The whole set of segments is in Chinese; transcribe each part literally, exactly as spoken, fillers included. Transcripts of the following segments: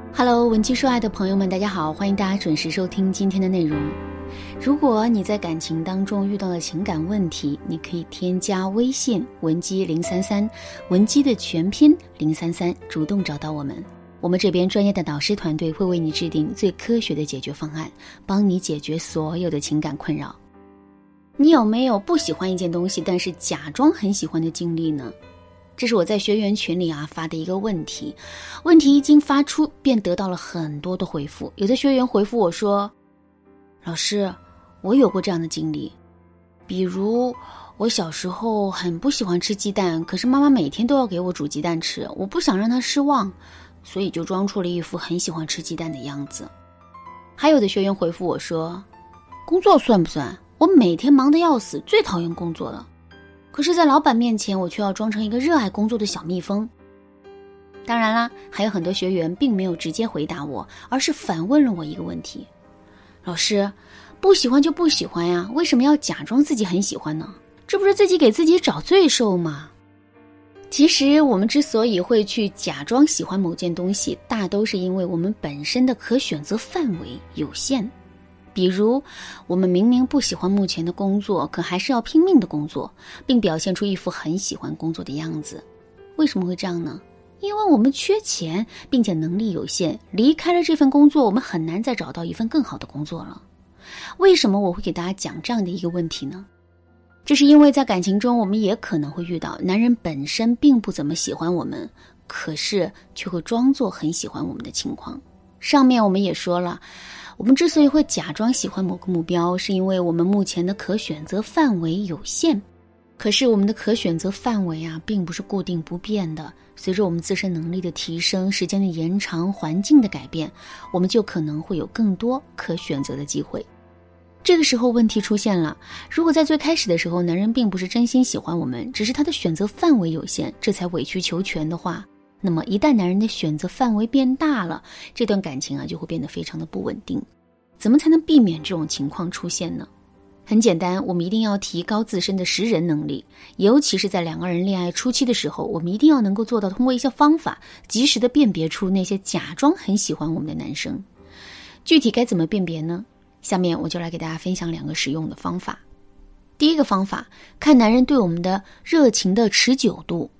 Hello， 文姬说爱的朋友们，大家好，欢迎大家准时收听今天的内容。如果你在感情当中遇到了情感问题，你可以添加微信文姬零三三，文姬的全拼零三三，主动找到我们。我们这边专业的导师团队会为你制定最科学的解决方案，帮你解决所有的情感困扰。你有没有不喜欢一件东西，但是假装很喜欢的经历呢？这是我在学员群里啊发的一个问题，问题一经发出便得到了很多的回复。有的学员回复我说，老师，我有过这样的经历，比如我小时候很不喜欢吃鸡蛋，可是妈妈每天都要给我煮鸡蛋吃，我不想让她失望，所以就装出了一副很喜欢吃鸡蛋的样子。还有的学员回复我说，工作算不算？我每天忙得要死，最讨厌工作了，可是在老板面前我却要装成一个热爱工作的小蜜蜂。当然啦，还有很多学员并没有直接回答我，而是反问了我一个问题，老师，不喜欢就不喜欢呀，为什么要假装自己很喜欢呢？这不是自己给自己找罪受吗？其实我们之所以会去假装喜欢某件东西，大都是因为我们本身的可选择范围有限。比如我们明明不喜欢目前的工作，可还是要拼命的工作，并表现出一副很喜欢工作的样子。为什么会这样呢？因为我们缺钱，并且能力有限，离开了这份工作，我们很难再找到一份更好的工作了。为什么我会给大家讲这样的一个问题呢？这是因为在感情中，我们也可能会遇到男人本身并不怎么喜欢我们，可是却会装作很喜欢我们的情况。上面我们也说了，我们之所以会假装喜欢某个目标，是因为我们目前的可选择范围有限。可是我们的可选择范围啊，并不是固定不变的，随着我们自身能力的提升，时间的延长，环境的改变，我们就可能会有更多可选择的机会。这个时候问题出现了，如果在最开始的时候，男人并不是真心喜欢我们，只是他的选择范围有限，这才委曲求全的话，那么一旦男人的选择范围变大了，这段感情啊就会变得非常的不稳定。怎么才能避免这种情况出现呢？很简单，我们一定要提高自身的识人能力，尤其是在两个人恋爱初期的时候，我们一定要能够做到通过一些方法，及时的辨别出那些假装很喜欢我们的男生。具体该怎么辨别呢？下面我就来给大家分享两个实用的方法。第一个方法，看男人对我们的热情的持久度。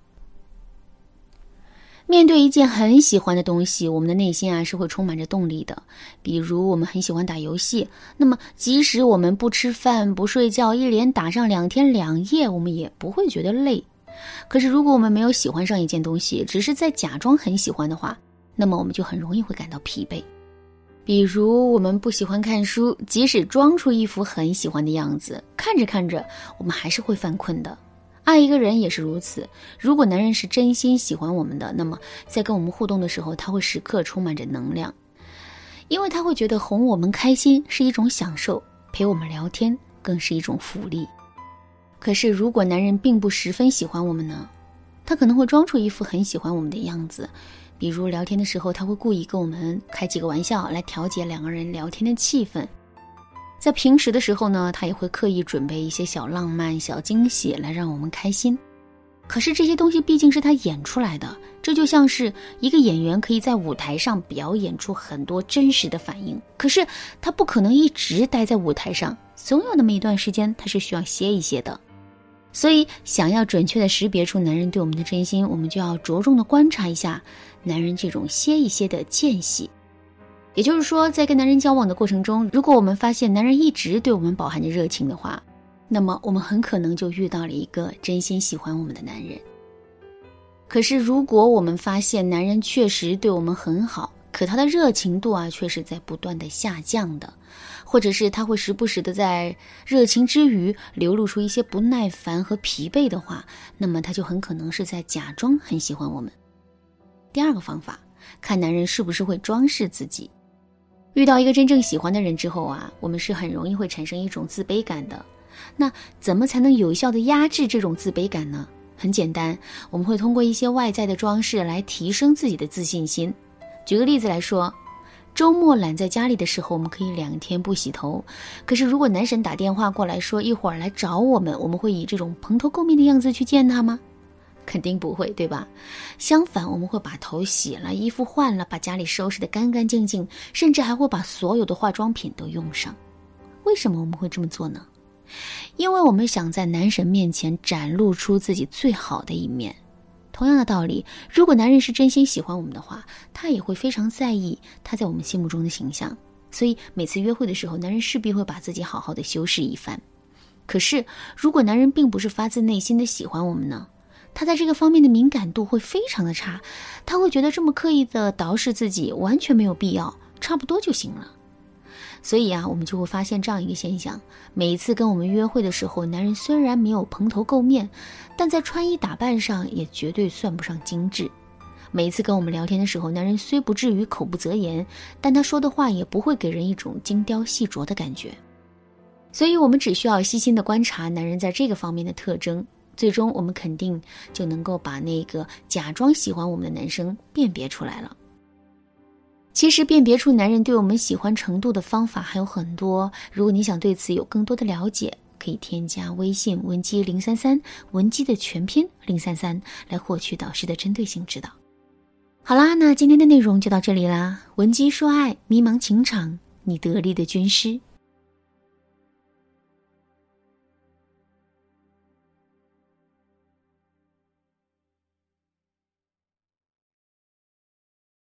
面对一件很喜欢的东西，我们的内心啊是会充满着动力的。比如我们很喜欢打游戏，那么即使我们不吃饭不睡觉，一连打上两天两夜，我们也不会觉得累。可是如果我们没有喜欢上一件东西，只是在假装很喜欢的话，那么我们就很容易会感到疲惫。比如我们不喜欢看书，即使装出一副很喜欢的样子，看着看着我们还是会犯困的。爱一个人也是如此，如果男人是真心喜欢我们的，那么在跟我们互动的时候，他会时刻充满着能量，因为他会觉得哄我们开心是一种享受，陪我们聊天更是一种福利。可是如果男人并不十分喜欢我们呢，他可能会装出一副很喜欢我们的样子，比如聊天的时候他会故意跟我们开几个玩笑来调节两个人聊天的气氛。在平时的时候呢，他也会刻意准备一些小浪漫小惊喜来让我们开心。可是这些东西毕竟是他演出来的，这就像是一个演员可以在舞台上表演出很多真实的反应，可是他不可能一直待在舞台上，总有那么一段时间他是需要歇一歇的。所以想要准确的识别出男人对我们的真心，我们就要着重的观察一下男人这种歇一歇的间隙。也就是说，在跟男人交往的过程中，如果我们发现男人一直对我们饱含着热情的话，那么我们很可能就遇到了一个真心喜欢我们的男人。可是如果我们发现男人确实对我们很好，可他的热情度啊却是在不断的下降的，或者是他会时不时的在热情之余流露出一些不耐烦和疲惫的话，那么他就很可能是在假装很喜欢我们。第二个方法，看男人是不是会装饰自己。遇到一个真正喜欢的人之后啊，我们是很容易会产生一种自卑感的。那怎么才能有效的压制这种自卑感呢？很简单，我们会通过一些外在的装饰来提升自己的自信心。举个例子来说，周末懒在家里的时候，我们可以两天不洗头。可是如果男神打电话过来说一会儿来找我们，我们会以这种蓬头垢面的样子去见他吗？ 肯定不会，对吧？相反，我们会把头洗了，衣服换了，把家里收拾得干干净净，甚至还会把所有的化妆品都用上。为什么我们会这么做呢？因为我们想在男神面前展露出自己最好的一面。同样的道理，如果男人是真心喜欢我们的话，他也会非常在意他在我们心目中的形象。所以每次约会的时候，男人势必会把自己好好的修饰一番。可是如果男人并不是发自内心的喜欢我们呢，他在这个方面的敏感度会非常的差，他会觉得这么刻意的捯饬自己完全没有必要，差不多就行了。所以啊，我们就会发现这样一个现象，每一次跟我们约会的时候，男人虽然没有蓬头垢面，但在穿衣打扮上也绝对算不上精致。每一次跟我们聊天的时候，男人虽不至于口不择言，但他说的话也不会给人一种精雕细琢的感觉。所以我们只需要细心的观察男人在这个方面的特征，最终我们肯定就能够把那个假装喜欢我们的男生辨别出来了。其实辨别出男人对我们喜欢程度的方法还有很多，如果你想对此有更多的了解，可以添加微信文姬零三三，文姬的全拼零三三，来获取导师的针对性指导。好啦，那今天的内容就到这里啦。文姬说爱，迷茫情场，你得力的军师。